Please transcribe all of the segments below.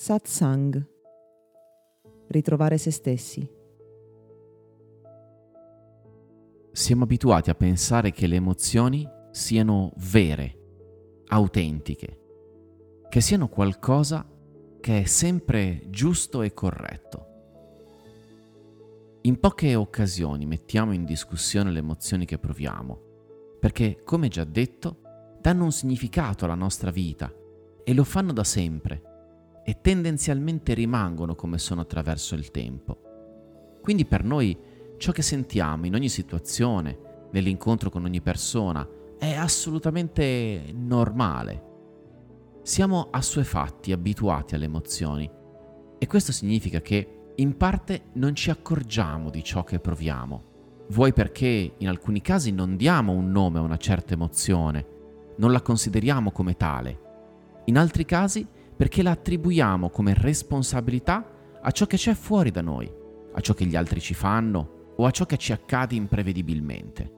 Satsang. Ritrovare se stessi. Siamo abituati a pensare che le emozioni siano vere, autentiche, che siano qualcosa che è sempre giusto e corretto. In poche occasioni mettiamo in discussione le emozioni che proviamo, perché, come già detto, danno un significato alla nostra vita e lo fanno da sempre e tendenzialmente rimangono come sono attraverso il tempo. Quindi per noi ciò che sentiamo in ogni situazione, nell'incontro con ogni persona, è assolutamente normale. Siamo assuefatti, abituati alle emozioni e questo significa che in parte non ci accorgiamo di ciò che proviamo. Vuoi perché in alcuni casi non diamo un nome a una certa emozione, non la consideriamo come tale. In altri casi perché la attribuiamo come responsabilità a ciò che c'è fuori da noi, a ciò che gli altri ci fanno o a ciò che ci accade imprevedibilmente.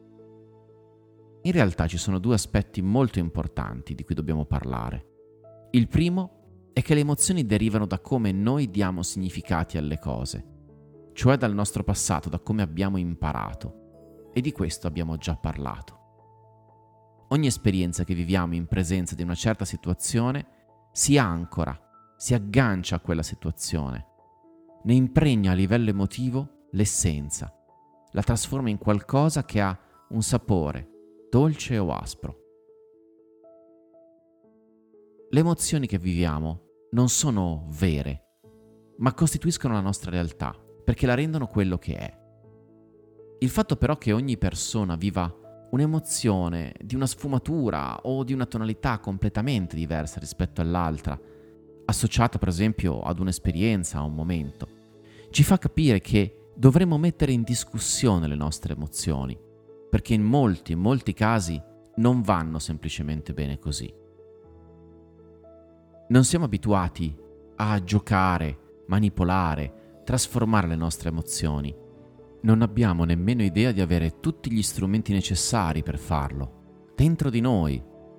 In realtà ci sono due aspetti molto importanti di cui dobbiamo parlare. Il primo è che le emozioni derivano da come noi diamo significati alle cose, cioè dal nostro passato, da come abbiamo imparato, e di questo abbiamo già parlato. Ogni esperienza che viviamo in presenza di una certa situazione si ancora, si aggancia a quella situazione, ne impregna a livello emotivo l'essenza, la trasforma in qualcosa che ha un sapore, dolce o aspro. Le emozioni che viviamo non sono vere, ma costituiscono la nostra realtà, perché la rendono quello che è. Il fatto però che ogni persona viva un'emozione di una sfumatura o di una tonalità completamente diversa rispetto all'altra, associata per esempio ad un'esperienza, a un momento, ci fa capire che dovremmo mettere in discussione le nostre emozioni, perché in molti casi non vanno semplicemente bene così. Non siamo abituati a giocare, manipolare, trasformare le nostre emozioni. Non abbiamo nemmeno idea di avere tutti gli strumenti necessari per farlo, dentro di noi.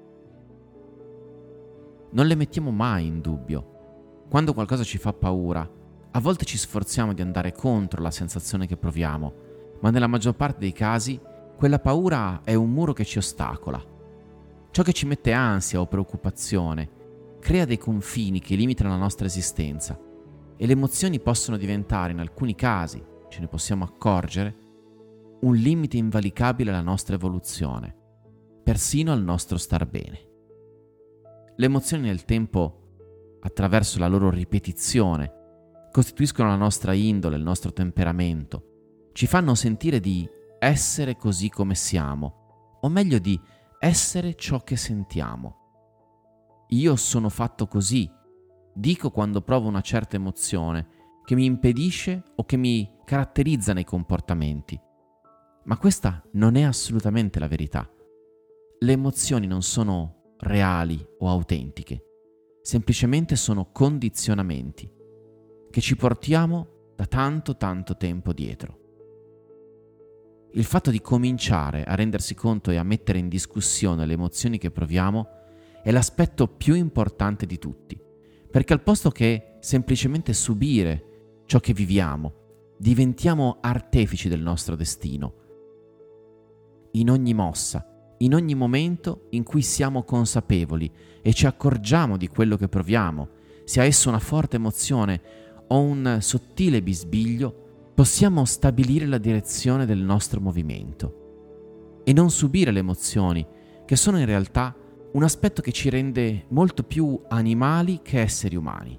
Non le mettiamo mai in dubbio. Quando qualcosa ci fa paura, a volte ci sforziamo di andare contro la sensazione che proviamo, ma nella maggior parte dei casi quella paura è un muro che ci ostacola. Ciò che ci mette ansia o preoccupazione crea dei confini che limitano la nostra esistenza e le emozioni possono diventare in alcuni casi, ce ne possiamo accorgere, un limite invalicabile alla nostra evoluzione, persino al nostro star bene. Le emozioni nel tempo, attraverso la loro ripetizione, costituiscono la nostra indole, il nostro temperamento, ci fanno sentire di essere così come siamo, o meglio di essere ciò che sentiamo. Io sono fatto così, dico quando provo una certa emozione, che mi impedisce o che mi caratterizza nei comportamenti. Ma questa non è assolutamente la verità. Le emozioni non sono reali o autentiche, semplicemente sono condizionamenti che ci portiamo da tanto tempo dietro. Il fatto di cominciare a rendersi conto e a mettere in discussione le emozioni che proviamo è l'aspetto più importante di tutti, perché al posto che semplicemente subire ciò che viviamo, diventiamo artefici del nostro destino. In ogni mossa, in ogni momento in cui siamo consapevoli e ci accorgiamo di quello che proviamo, sia esso una forte emozione o un sottile bisbiglio, possiamo stabilire la direzione del nostro movimento e non subire le emozioni, che sono in realtà un aspetto che ci rende molto più animali che esseri umani.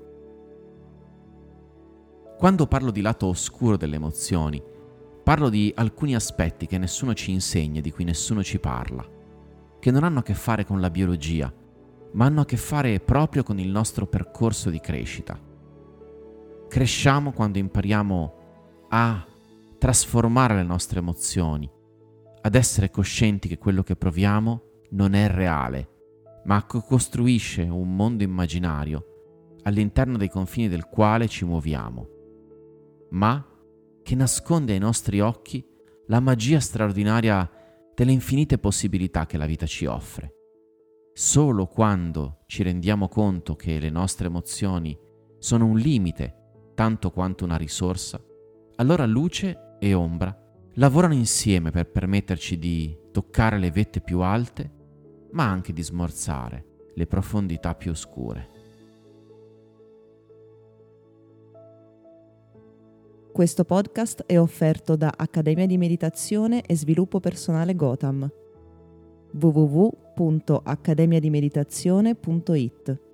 Quando parlo di lato oscuro delle emozioni, parlo di alcuni aspetti che nessuno ci insegna, di cui nessuno ci parla, che non hanno a che fare con la biologia, ma hanno a che fare proprio con il nostro percorso di crescita. Cresciamo quando impariamo a trasformare le nostre emozioni, ad essere coscienti che quello che proviamo non è reale, ma costruisce un mondo immaginario all'interno dei confini del quale ci muoviamo, ma che nasconde ai nostri occhi la magia straordinaria delle infinite possibilità che la vita ci offre. Solo quando ci rendiamo conto che le nostre emozioni sono un limite tanto quanto una risorsa, allora luce e ombra lavorano insieme per permetterci di toccare le vette più alte, ma anche di smorzare le profondità più oscure. Questo podcast è offerto da Accademia di Meditazione e Sviluppo Personale Gotham. www.accademiadimeditazione.it